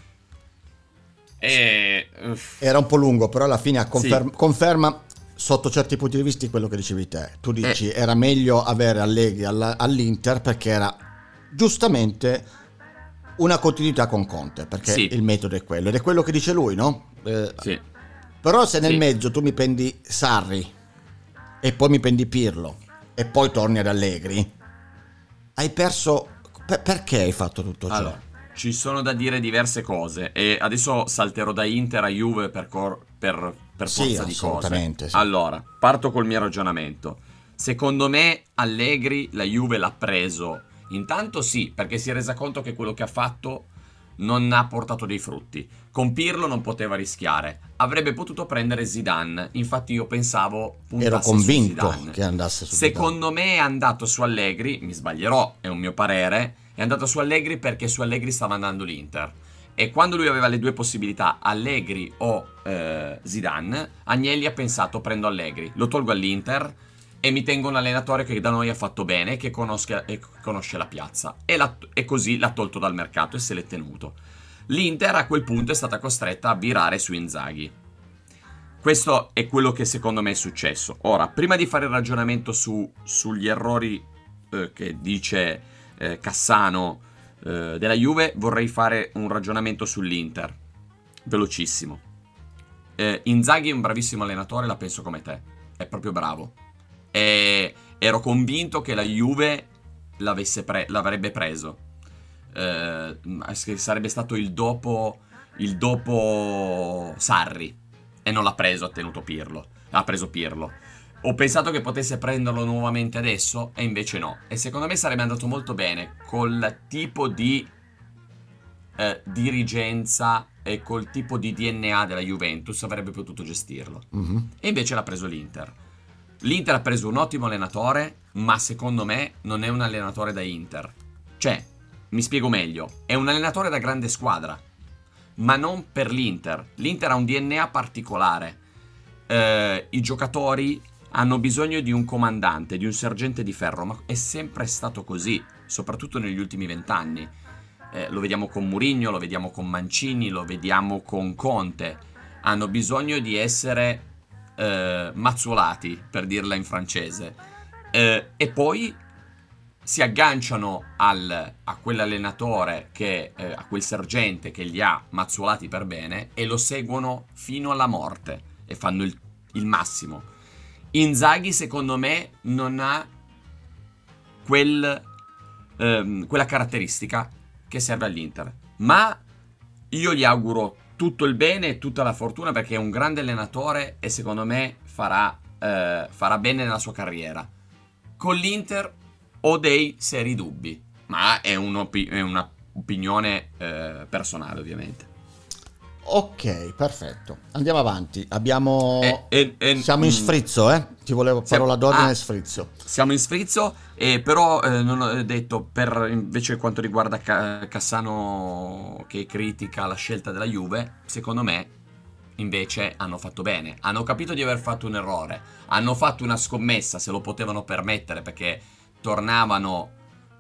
Era un po' lungo, però alla fine conferma sotto certi punti di vista quello che dicevi te. Tu dici era meglio avere Allegri all'Inter perché era giustamente una continuità con Conte, perché il metodo è quello, ed è quello che dice lui, no? Però se nel mezzo tu mi prendi Sarri e poi mi prendi Pirlo e poi torni ad Allegri, hai perso. Perché hai fatto tutto ciò? Allora, ci sono da dire diverse cose e adesso salterò da Inter a Juve per forza di cose. Sì. Allora, parto col mio ragionamento. Secondo me Allegri la Juve l'ha preso. Intanto sì, perché si è resa conto che quello che ha fatto non ha portato dei frutti. Con Pirlo non poteva rischiare. Avrebbe potuto prendere Zidane. Infatti io pensavo ero convinto che andasse su Secondo me è andato su Allegri, mi sbaglierò, è un mio parere, è andato su Allegri perché su Allegri stava andando l'Inter. E quando lui aveva le due possibilità, Allegri o Zidane, Agnelli ha pensato prendo Allegri, lo tolgo all'Inter e mi tengo un allenatore che da noi ha fatto bene, che conosce la piazza. E così l'ha tolto dal mercato e se l'è tenuto. L'Inter a quel punto è stata costretta a virare su Inzaghi. Questo è quello che secondo me è successo. Ora, prima di fare il ragionamento sugli errori che dice Cassano della Juve, vorrei fare un ragionamento sull'Inter. Velocissimo. Inzaghi è un bravissimo allenatore, la penso come te. È proprio bravo. E ero convinto che la Juve l'avrebbe preso, che sarebbe stato il dopo Sarri, e non l'ha preso, ha preso Pirlo. Ho pensato che potesse prenderlo nuovamente adesso e invece no, e secondo me sarebbe andato molto bene col tipo di dirigenza e col tipo di DNA della Juventus, avrebbe potuto gestirlo. E invece l'ha preso l'Inter. L'Inter ha preso un ottimo allenatore, ma secondo me non è un allenatore da Inter. Cioè, mi spiego meglio, è un allenatore da grande squadra, ma non per l'Inter. L'Inter ha un DNA particolare. I giocatori hanno bisogno di un comandante, di un sergente di ferro, ma è sempre stato così, soprattutto negli ultimi 20 anni. Lo vediamo con Mourinho, lo vediamo con Mancini, lo vediamo con Conte. Hanno bisogno di essere mazzolati, per dirla in francese, e poi si agganciano a quell'allenatore a quel sergente che li ha mazzolati per bene e lo seguono fino alla morte e fanno il massimo. Inzaghi secondo me non ha quella caratteristica che serve all'Inter, ma io gli auguro tutto il bene e tutta la fortuna perché è un grande allenatore e secondo me farà bene nella sua carriera. Con l'Inter ho dei seri dubbi, ma è un'opinione personale ovviamente. Ok, perfetto. Andiamo avanti. Siamo in sfrizzo, Ti volevo parola d'ordine sfrizzo. Siamo in sfrizzo, però non ho detto, per invece quanto riguarda Cassano che critica la scelta della Juve, secondo me invece hanno fatto bene. Hanno capito di aver fatto un errore. Hanno fatto una scommessa, se lo potevano permettere, perché tornavano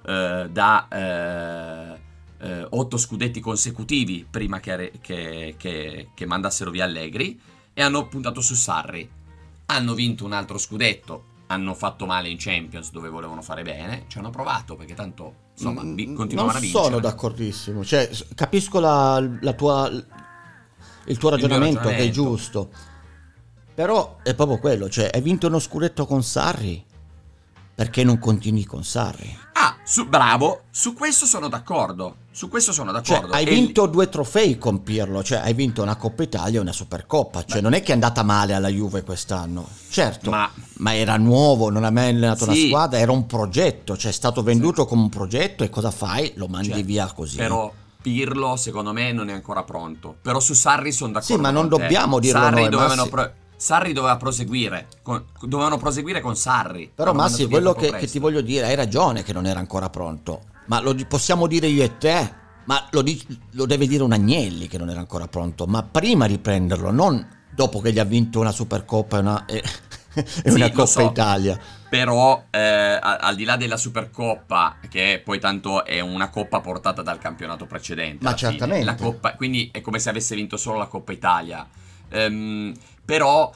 da 8 scudetti consecutivi prima che mandassero via Allegri, e hanno puntato su Sarri. Hanno vinto un altro scudetto, hanno fatto male in Champions dove volevano fare bene, ci hanno provato perché tanto insomma continuavano a vincere. Non sono d'accordissimo, cioè capisco il tuo ragionamento che è giusto, però è proprio quello, cioè hai vinto uno scudetto con Sarri, perché non continui con Sarri? Bravo, su questo sono d'accordo. Cioè, hai vinto 2 trofei con Pirlo, cioè hai vinto una Coppa Italia e una Supercoppa, cioè non è che è andata male alla Juve quest'anno, certo, ma era nuovo, non ha mai allenato una squadra, era un progetto, cioè è stato venduto come un progetto, e cosa fai? Lo mandi via così. Però Pirlo secondo me non è ancora pronto, però su Sarri sono d'accordo. Sì, ma non dobbiamo dirlo noi, Sarri doveva proseguire, dovevano proseguire con Sarri. Però Massi, quello che ti voglio dire, hai ragione che non era ancora pronto, ma lo possiamo dire io e te, ma lo deve dire un Agnelli che non era ancora pronto, ma prima di prenderlo, non dopo che gli ha vinto una Supercoppa e una Coppa Italia. Però al di là della Supercoppa, che poi tanto è una coppa portata dal campionato precedente, ma certamente la coppa, quindi è come se avesse vinto solo la Coppa Italia. Però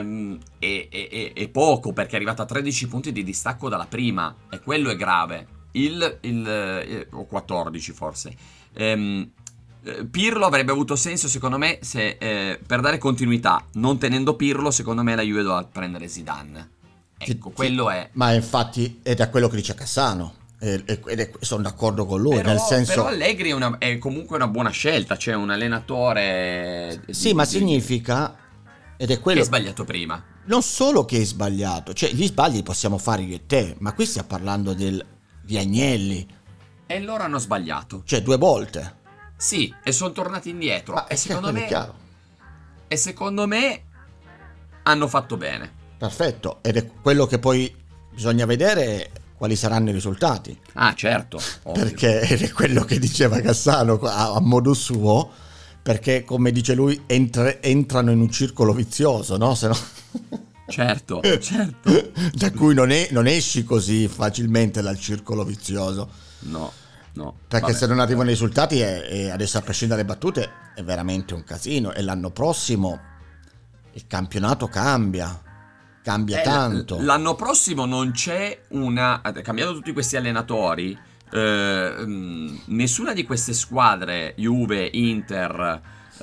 è poco, perché è arrivato a 13 punti di distacco dalla prima, e quello è grave. O 14 forse. Pirlo avrebbe avuto senso secondo me se per dare continuità, non tenendo Pirlo, secondo me la Juve doveva prendere Zidane. Ecco, quello è. Ma infatti ed è quello che dice Cassano. Sono d'accordo con lui, nel senso. Però Allegri è comunque una buona scelta, cioè un allenatore. Sì, ma significa, ed è quello che è sbagliato prima. Non solo che è sbagliato, cioè gli sbagli possiamo fare io e te, ma qui stiamo parlando di Agnelli. E loro hanno sbagliato. Cioè 2 volte. Sì, e sono tornati indietro. Ma secondo me è chiaro. E secondo me hanno fatto bene. Perfetto, ed è quello che poi bisogna vedere quali saranno i risultati. Ah, certo. Ovvio. Perché è quello che diceva Cassano a modo suo, perché come dice lui entrano in un circolo vizioso, no? Se no... Certo. Da cui non esci così facilmente dal circolo vizioso. No. Perché se non arrivano i risultati, e adesso a prescindere dalle battute, è veramente un casino. E l'anno prossimo il campionato cambia tanto. L'anno prossimo non c'è cambiando tutti questi allenatori, nessuna di queste squadre, Juve, Inter,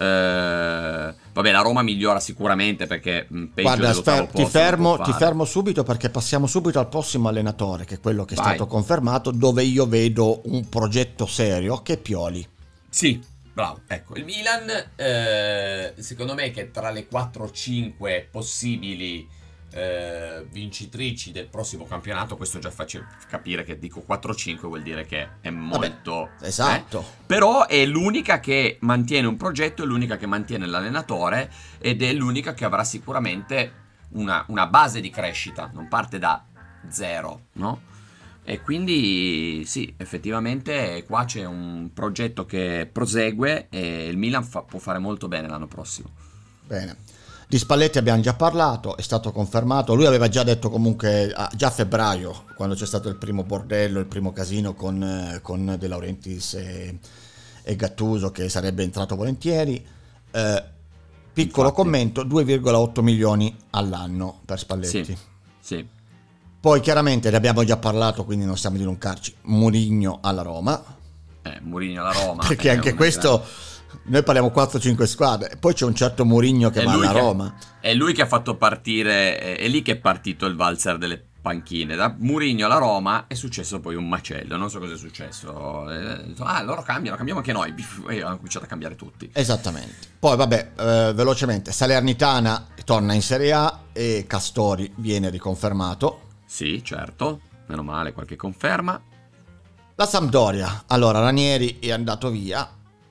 vabbè, la Roma migliora sicuramente, perché peggio dell'ottavo posto ti fermo subito, perché passiamo subito al prossimo allenatore, che è quello che è stato confermato, dove io vedo un progetto serio, che è Pioli. Sì, bravo, ecco, il Milan secondo me che tra le 4-5 possibili vincitrici del prossimo campionato, questo già faccio capire che dico 4-5 vuol dire che è molto. Vabbè, esatto. Però è l'unica che mantiene un progetto, è l'unica che mantiene l'allenatore, ed è l'unica che avrà sicuramente una base di crescita, non parte da zero, no? E quindi sì, effettivamente qua c'è un progetto che prosegue, e il Milan può fare molto bene l'anno prossimo. Bene. Di Spalletti abbiamo già parlato, è stato confermato. Lui aveva già detto comunque già a febbraio, quando c'è stato il primo bordello, il primo casino con De Laurentiis e Gattuso, che sarebbe entrato volentieri. Piccolo commento, 2,8 milioni all'anno per Spalletti. Sì. Poi chiaramente ne abbiamo già parlato, quindi non stiamo a dilungarci. Mourinho alla Roma. Mourinho alla Roma. Perché anche questo... Noi parliamo 4-5 squadre, poi c'è un certo Mourinho che va alla Roma. È lui che ha fatto partire, è lì che è partito il valzer delle panchine. Da Mourinho alla Roma è successo poi un macello, non so cosa è successo. Loro cambiamo anche noi, e hanno cominciato a cambiare tutti. Esattamente. Poi vabbè, velocemente, Salernitana torna in Serie A e Castori viene riconfermato. Sì, certo, meno male, qualche conferma. La Sampdoria, allora Ranieri è andato via,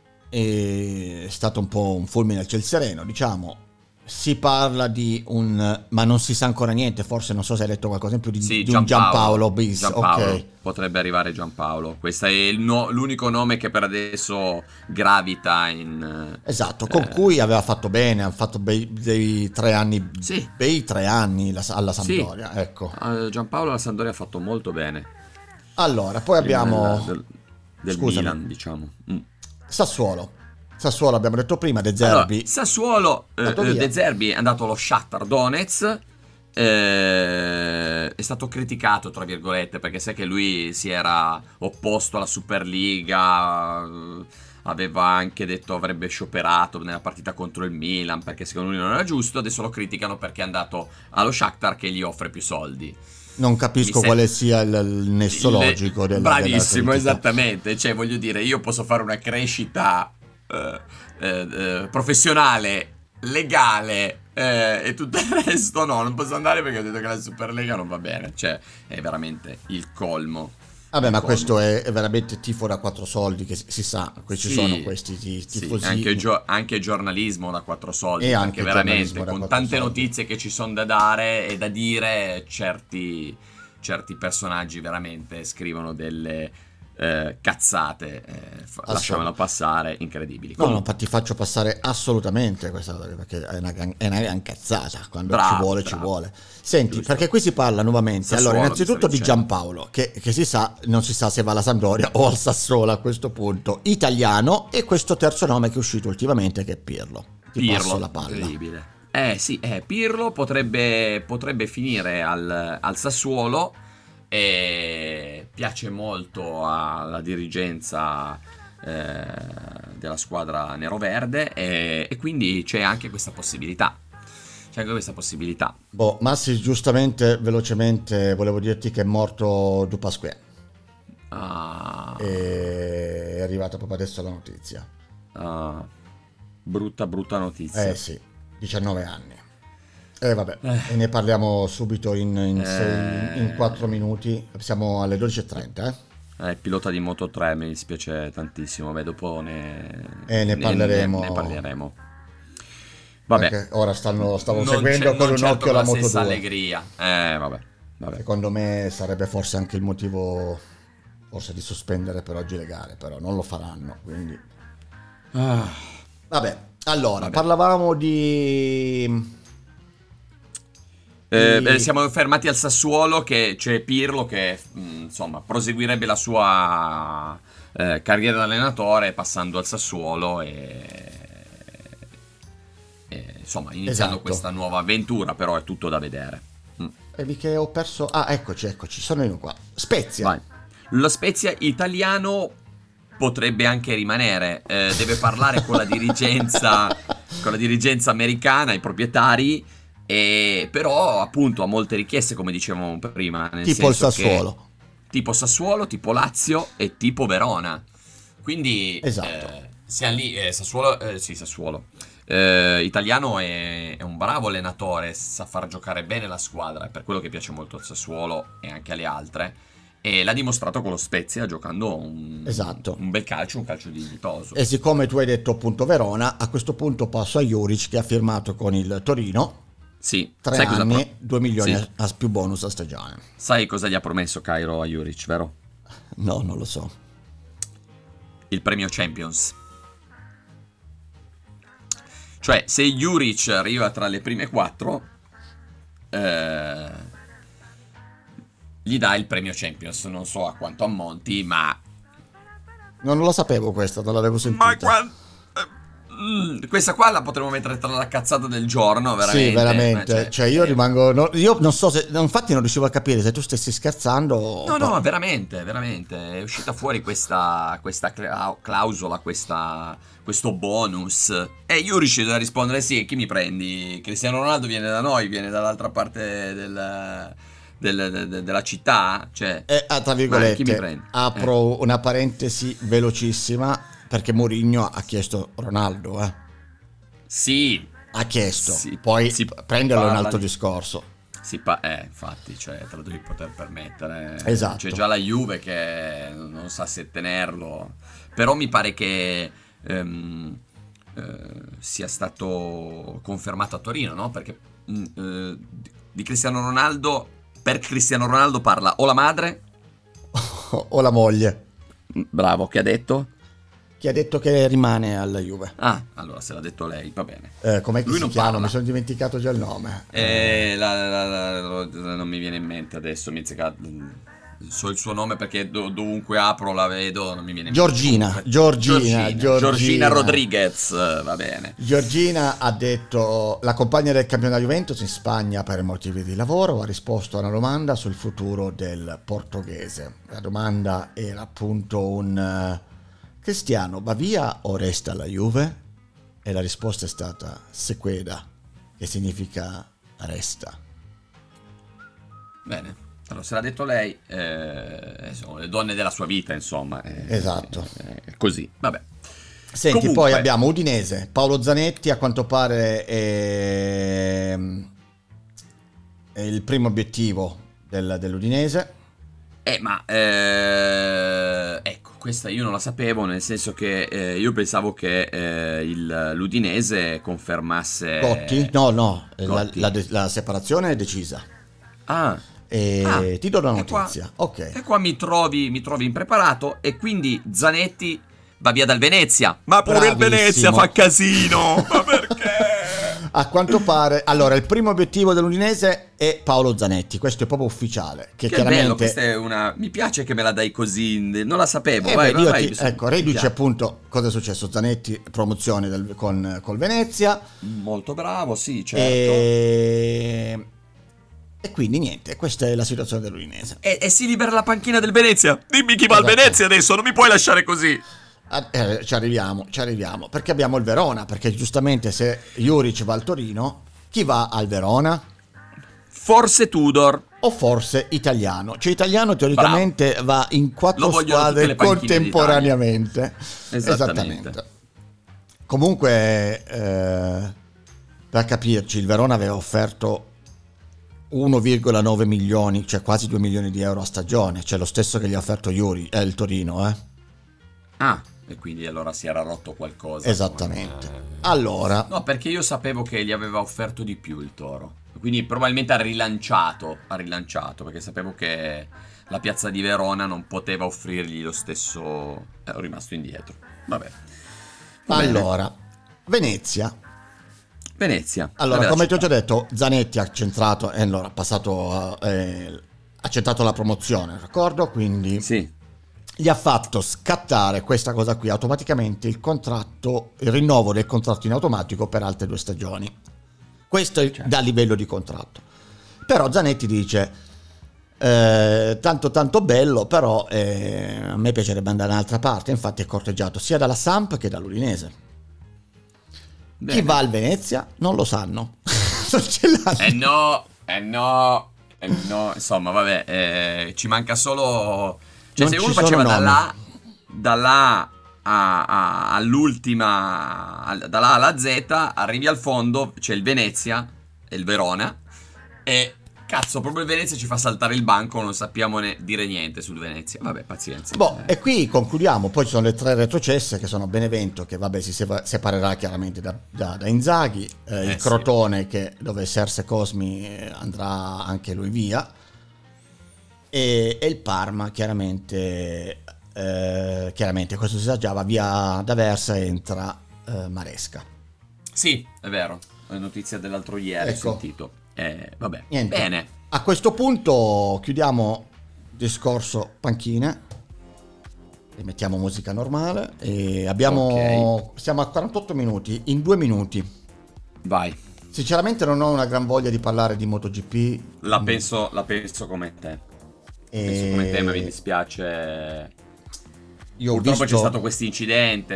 è stato un po' un fulmine al ciel sereno, diciamo. Si parla di ma non si sa ancora niente, forse non so se hai detto qualcosa in più di un Giampaolo bis. Ok, potrebbe arrivare Giampaolo. Questo è l'unico nome che per adesso gravita in esatto, con cui aveva fatto bene, hanno fatto dei 3 anni, sì. Bei 3 anni alla Sampdoria, sì. Ecco. Giampaolo alla Sampdoria ha fatto molto bene. Allora, poi abbiamo del Milan, diciamo. Sassuolo abbiamo detto prima, De Zerbi. Allora, Sassuolo, De Zerbi è andato allo Shakhtar Donetsk, è stato criticato tra virgolette perché sai che lui si era opposto alla Superliga, aveva anche detto avrebbe scioperato nella partita contro il Milan perché secondo lui non era giusto. Adesso lo criticano perché è andato allo Shakhtar che gli offre più soldi. Non capisco quale sia il nesso logico bravissimo, della esattamente. Cioè, voglio dire, io posso fare una crescita professionale, legale e tutto il resto no, non posso andare perché ho detto che la Superlega non va bene. Cioè, è veramente il colmo. Vabbè, ma questo è veramente tifo da 4 soldi, che si sa, ci sono questi tifosini. Sì, anche giornalismo da 4 soldi, E anche veramente, con tante soldi. notizie che ci sono da dare e da dire, certi personaggi veramente scrivono delle cazzate, lasciamolo passare, incredibili. No, infatti faccio passare assolutamente questa cosa, perché è una gran cazzata, quando ci vuole. Senti, Giusto. perché qui si parla nuovamente, Sassuolo, allora innanzitutto mi di stavi Giampaolo, che si sa, non si sa se va alla Sampdoria o al Sassuolo a questo punto, italiano, e questo terzo nome che è uscito ultimamente, che è Pirlo. Ti passo la palla. Incredibile. Sì, Pirlo potrebbe finire al Sassuolo. E piace molto alla dirigenza della squadra neroverde e quindi c'è anche questa possibilità. Boh, Massi, giustamente, velocemente, volevo dirti che è morto Dupasquet. E è arrivata proprio adesso la notizia. Brutta notizia. Sì, 19 anni. Vabbè, e ne parliamo subito in 4 minuti. Siamo alle 12:30. Pilota di Moto3, mi dispiace tantissimo. Beh, dopo ne parleremo. Ne parleremo. Vabbè. Perché ora stavo seguendo con un occhio la Moto2. Allegria. Vabbè. Secondo me sarebbe forse anche il motivo forse di sospendere per oggi le gare, però non lo faranno, quindi. Vabbè, allora, parlavamo di... siamo fermati al Sassuolo, che c'è Pirlo che insomma proseguirebbe la sua carriera da allenatore passando al Sassuolo e insomma iniziando questa nuova avventura, però è tutto da vedere. Vedi che ho perso... eccoci, sono io qua. Spezia. Vai. Lo Spezia italiano potrebbe anche rimanere, deve parlare con la dirigenza americana, i proprietari. Però appunto ha molte richieste, come dicevamo prima, nel tipo il senso Sassuolo, tipo Sassuolo, tipo Lazio e tipo Verona. Quindi esatto. siamo lì. Sassuolo italiano è un bravo allenatore, sa far giocare bene la squadra, è per quello che piace molto al Sassuolo e anche alle altre, e l'ha dimostrato con lo Spezia giocando un bel calcio, un calcio dignitoso. E siccome tu hai detto appunto Verona, a questo punto passo a Juric, che ha firmato con il Torino. Sì, 3 anni, 2 milioni a più bonus a stagione. Sai cosa gli ha promesso Cairo a Juric, vero? No, non lo so. Il premio Champions. Cioè, se Juric arriva tra le prime 4, gli dà il premio Champions. Non so a quanto ammonti, ma... Non lo sapevo questa, non l'avevo sentita. Questa qua la potremmo mettere tra la cazzata del giorno, veramente. Sì, veramente. Cioè, io rimango... io non so se... Infatti non riuscivo a capire se tu stessi scherzando o... No, veramente. È uscita fuori questa clausola, questo bonus. E io riuscito a rispondere: sì, chi mi prendi? Cristiano Ronaldo viene da noi, viene dall'altra parte della città. Cioè, tra virgolette, chi mi prendi? Apro una parentesi velocissima, perché Mourinho ha chiesto Ronaldo, Sì. Ha chiesto. Sì, poi prenderlo è un altro di... discorso. Infatti, cioè, te lo devi poter permettere. Esatto. C'è già la Juve che non sa se tenerlo. Però mi pare che sia stato confermato a Torino, no? Perché di Cristiano Ronaldo, per Cristiano Ronaldo parla o la madre o la moglie. Bravo, che ha detto? Che ha detto che rimane alla Juve. Allora se l'ha detto lei, va bene. Com'è che Lui si non chiama? parla. Mi sono dimenticato già il nome. Non mi viene in mente adesso. So il suo nome perché dovunque apro la vedo, non mi viene in mente. Georgina Rodriguez, va bene. Georgina ha detto: la compagna del campione della Juventus in Spagna per motivi di lavoro. Ha risposto a una domanda sul futuro del portoghese. La domanda era appunto Cristiano va via o resta alla Juve? E la risposta è stata sequeda, che significa resta. Bene, Allora, se l'ha detto lei, sono le donne della sua vita, insomma. Esatto. Così, vabbè. Senti, Comunque, poi abbiamo Udinese, Paolo Zanetti, a quanto pare è il primo obiettivo dell'Udinese. Ecco, questa io non la sapevo, nel senso che io pensavo che l'Udinese confermasse Gotti? No, Gotti. la separazione è decisa. Ah, Ti do la e qua- notizia. Ok. E qua mi trovi impreparato, e quindi Zanetti va via dal Venezia. Ma pure il Bravissimo. Venezia fa casino. Ma perché? A quanto pare, allora, il primo obiettivo dell'Udinese è Paolo Zanetti, questo è proprio ufficiale. Che Che chiaramente... bello, questa è una... Mi piace che me la dai così, non la sapevo. Eh vai, beh, vai, ecco, reduce appunto cosa è successo. Zanetti, promozione col Venezia. Molto bravo, sì, certo. E quindi niente, questa è la situazione dell'Udinese. E si libera la panchina del Venezia. Dimmi chi va al Esatto. Venezia adesso, non mi puoi lasciare così. Ci arriviamo, perché abbiamo il Verona, perché giustamente se Juric va al Torino, chi va al Verona? Forse Tudor. O forse Italiano. Cioè Italiano teoricamente va in Lo 4 vogliono tutte squadre le panchine contemporaneamente. Esattamente. Comunque, per capirci, il Verona aveva offerto 1,9 milioni, cioè quasi 2 milioni di euro a stagione, cioè lo stesso che gli ha offerto il Torino, Ah, e quindi allora si era rotto qualcosa. Esattamente. Allora, No, perché io sapevo che gli aveva offerto di più il Toro. Quindi probabilmente ha rilanciato, perché sapevo che la piazza di Verona non poteva offrirgli lo stesso. Ero rimasto indietro. Vabbè. Va bene. allora, Venezia. Allora, Vabbè, come la ti ho già città. detto, Zanetti ha centrato, allora, ha centrato la promozione, d'accordo? Quindi Sì. gli ha fatto scattare questa cosa qui automaticamente il rinnovo del contratto in automatico per altre 2 stagioni. Questo è da livello di contratto. Però Zanetti dice tanto bello, però a me piacerebbe andare da un'altra parte, infatti è corteggiato sia dalla Samp che dall'Udinese. Bene. Chi va al Venezia non lo sanno. Non ce l'hanno. No. Insomma, vabbè, ci manca solo. Cioè, Non se ci uno sono faceva nomi. da là all'ultima, dalla A alla Z, arrivi al fondo, c'è il Venezia e il Verona. E cazzo, proprio il Venezia ci fa saltare il banco, non sappiamo dire niente sul Venezia. Vabbè, pazienza. E qui concludiamo. Poi ci sono le 3 retrocesse che sono Benevento, che vabbè si separerà chiaramente da Inzaghi, il sì. Crotone dove Serse Cosmi andrà anche lui via, e il Parma chiaramente questo si sa già, va via D'Aversa e entra Maresca. Sì, è vero. È notizia dell'altro ieri, Ecco. ho sentito. Vabbè, Niente. bene. A questo punto chiudiamo il discorso panchine e mettiamo musica normale e siamo a 48 minuti. In 2 minuti Vai. sinceramente non ho una gran voglia di parlare di MotoGP. La penso come te. Penso come te, ma mi dispiace. Io ho Purtroppo visto c'è stato questo incidente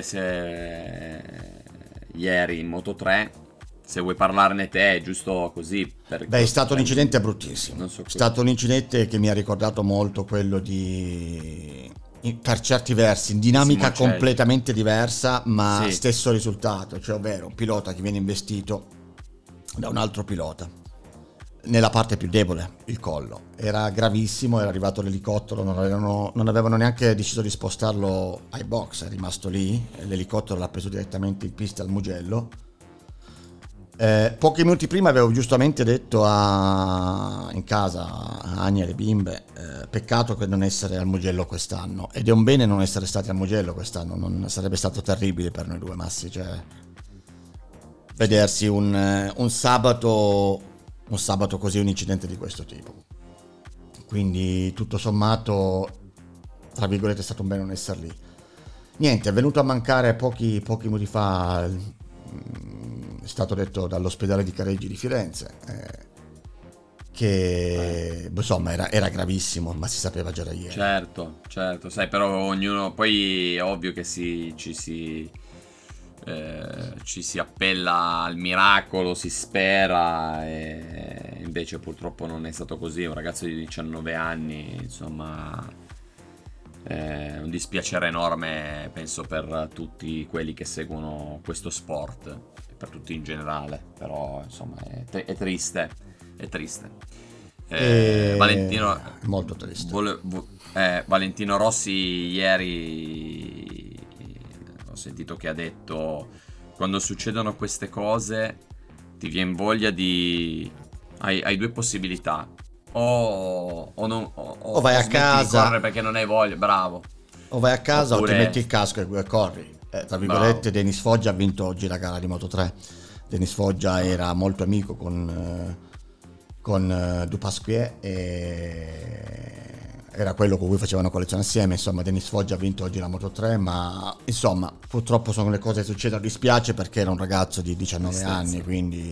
ieri in Moto 3. Se vuoi parlarne te, giusto così. Beh, è stato un incidente bruttissimo. Non so È stato un incidente che mi ha ricordato molto quello per certi versi, dinamica Simoncelli. completamente diversa, ma Sì. stesso risultato, cioè ovvero un pilota che viene investito da un altro pilota nella parte più debole, il collo. Era gravissimo, era arrivato l'elicottero, non avevano neanche deciso di spostarlo ai box, è rimasto lì, e l'elicottero l'ha preso direttamente in pista al Mugello. Pochi minuti prima avevo giustamente detto in casa a Ania e le bimbe, peccato che non essere al Mugello quest'anno, ed è un bene non essere stati al Mugello quest'anno, non sarebbe stato terribile per noi due massi, cioè vedersi un sabato così, un incidente di questo tipo. Quindi tutto sommato, tra virgolette, è stato un bene non essere lì. Niente, è venuto a mancare pochi minuti fa, è stato detto dall'ospedale di Careggi di Firenze, che insomma era gravissimo, ma si sapeva già da ieri. Certo, sai, però ognuno, poi è ovvio che ci ci si appella al miracolo, si spera, e invece purtroppo non è stato così, un ragazzo di 19 anni, insomma, un dispiacere enorme, penso, per tutti quelli che seguono questo sport, e per tutti in generale, però insomma è triste, è triste. Valentino, molto triste. Valentino Rossi ieri ho sentito che ha detto: quando succedono queste cose ti viene voglia di... hai due possibilità, o vai a casa, correre perché non hai voglia, bravo, o vai a casa oppure... o ti metti il casco e corri. Tra virgolette, Denis Foggia ha vinto oggi la gara di Moto3. Denis Foggia era molto amico con Dupasquier, e era quello con cui facevano collezione assieme. Insomma, Denis Foggia ha vinto oggi la Moto3, ma insomma purtroppo sono le cose che succedono. Dispiace perché era un ragazzo di 19 anni, quindi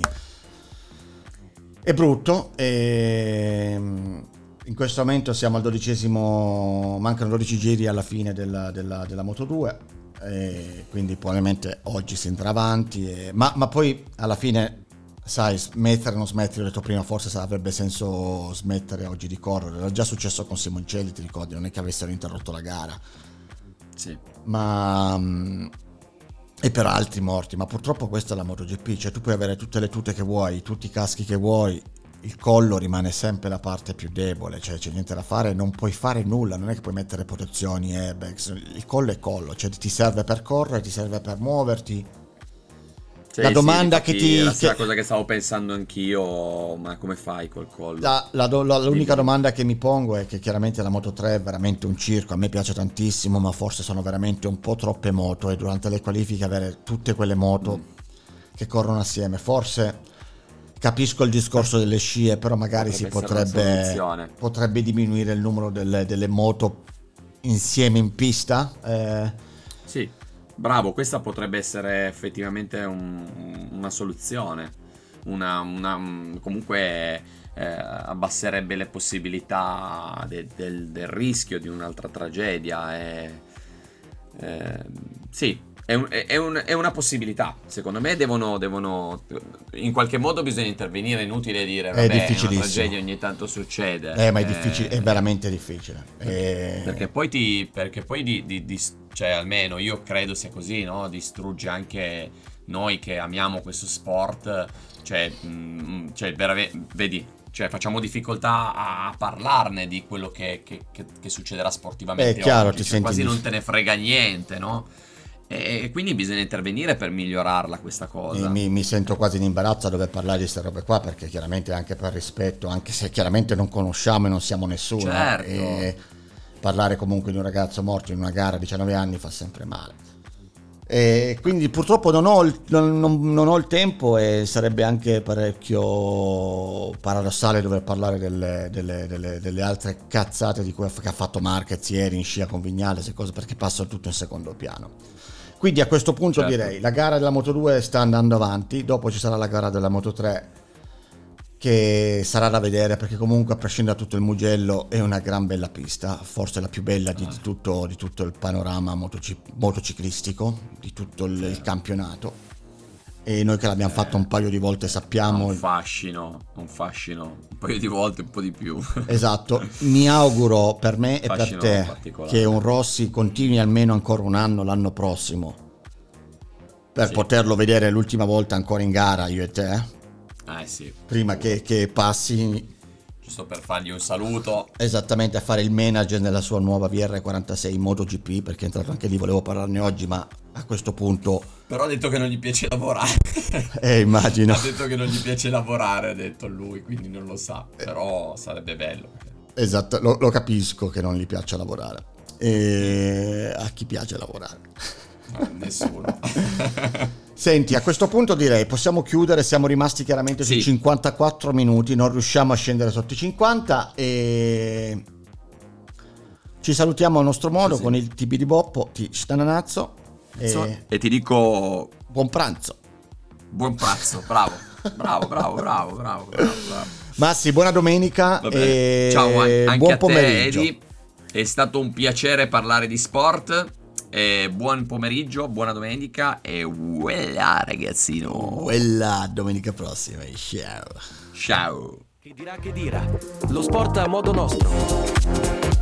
è brutto. E in questo momento siamo al 12°, mancano 12 giri alla fine della Moto2, e quindi probabilmente oggi si andrà avanti, ma poi alla fine, sai, smettere o non smettere, ho detto prima, forse avrebbe senso smettere oggi di correre. Era già successo con Simoncelli, ti ricordi, non è che avessero interrotto la gara, Sì. e per altri morti, ma purtroppo questa è la MotoGP, cioè tu puoi avere tutte le tute che vuoi, tutti i caschi che vuoi, il collo rimane sempre la parte più debole, cioè c'è niente da fare, non puoi fare nulla, non è che puoi mettere protezioni, airbags, il collo è collo, cioè ti serve per correre, ti serve per muoverti. La domanda che ti... Era la cosa che stavo pensando anch'io, ma come fai col collo? L'unica domanda che mi pongo è che chiaramente la Moto3 è veramente un circo, a me piace tantissimo, ma forse sono veramente un po' troppe moto, e durante le qualifiche avere tutte quelle moto che corrono assieme, forse capisco il discorso delle scie, però magari si potrebbe diminuire il numero delle moto insieme in pista. Sì. Bravo, questa potrebbe essere effettivamente una soluzione, comunque abbasserebbe le possibilità del rischio di un'altra tragedia. Sì, è una possibilità. Secondo me devono in qualche modo bisogna intervenire. È inutile dire vabbè, è una tragedia, ogni tanto succede, ma è difficile, è veramente difficile, perché poi cioè, almeno io credo sia così, no? Distrugge anche noi che amiamo questo sport, cioè vedi, cioè facciamo difficoltà a parlarne di quello che succederà sportivamente. Chiaro, oggi, cioè, quasi non te ne frega niente, no? E quindi bisogna intervenire per migliorarla questa cosa. Mi sento quasi in imbarazzo a dover parlare di queste robe qua, perché chiaramente anche per rispetto, anche se chiaramente non conosciamo e non siamo nessuno, certo. E parlare comunque di un ragazzo morto in una gara a 19 anni fa sempre male. E quindi purtroppo non ho il tempo, e sarebbe anche parecchio paradossale dover parlare delle altre cazzate di cui che ha fatto Marquez ieri in scia con Vignales e cose, perché passano tutto in secondo piano. Quindi a questo punto direi la gara della Moto2 sta andando avanti, dopo ci sarà la gara della Moto3 che sarà da vedere, perché comunque a prescindere da tutto il Mugello è una gran bella pista, forse la più bella di tutto il panorama motociclistico, di tutto il campionato, e noi che l'abbiamo fatto un paio di volte sappiamo un fascino, un paio di volte, un po' di più. Esatto, mi auguro per me e per te che un Rossi continui almeno ancora un anno l'anno prossimo, per poterlo vedere l'ultima volta ancora in gara, io e te. Sì. Prima che passi, giusto per fargli un saluto, esattamente, a fare il manager nella sua nuova VR46 MotoGP, perché è entrato anche lì, volevo parlarne oggi, ma a questo punto però ha detto che non gli piace lavorare. Immagino. Ha detto che non gli piace lavorare, ha detto lui, quindi non lo sa, però sarebbe bello. Esatto, lo capisco che non gli piaccia lavorare. E a chi piace lavorare? No, nessuno. Senti, a questo punto direi possiamo chiudere, siamo rimasti chiaramente sui 54 minuti, non riusciamo a scendere sotto i 50, e ci salutiamo a nostro modo con il TB di Boppo, ti stananazzo e ti dico buon pranzo. Buon pranzo, bravo. Massi, buona domenica e ciao anche buon a pomeriggio. te, Eddie. È stato un piacere parlare di sport. Buon pomeriggio, buona domenica e uella ragazzino. Uella, domenica prossima, ciao. Ciao. Chi dirà che dirà? Lo sport a modo nostro.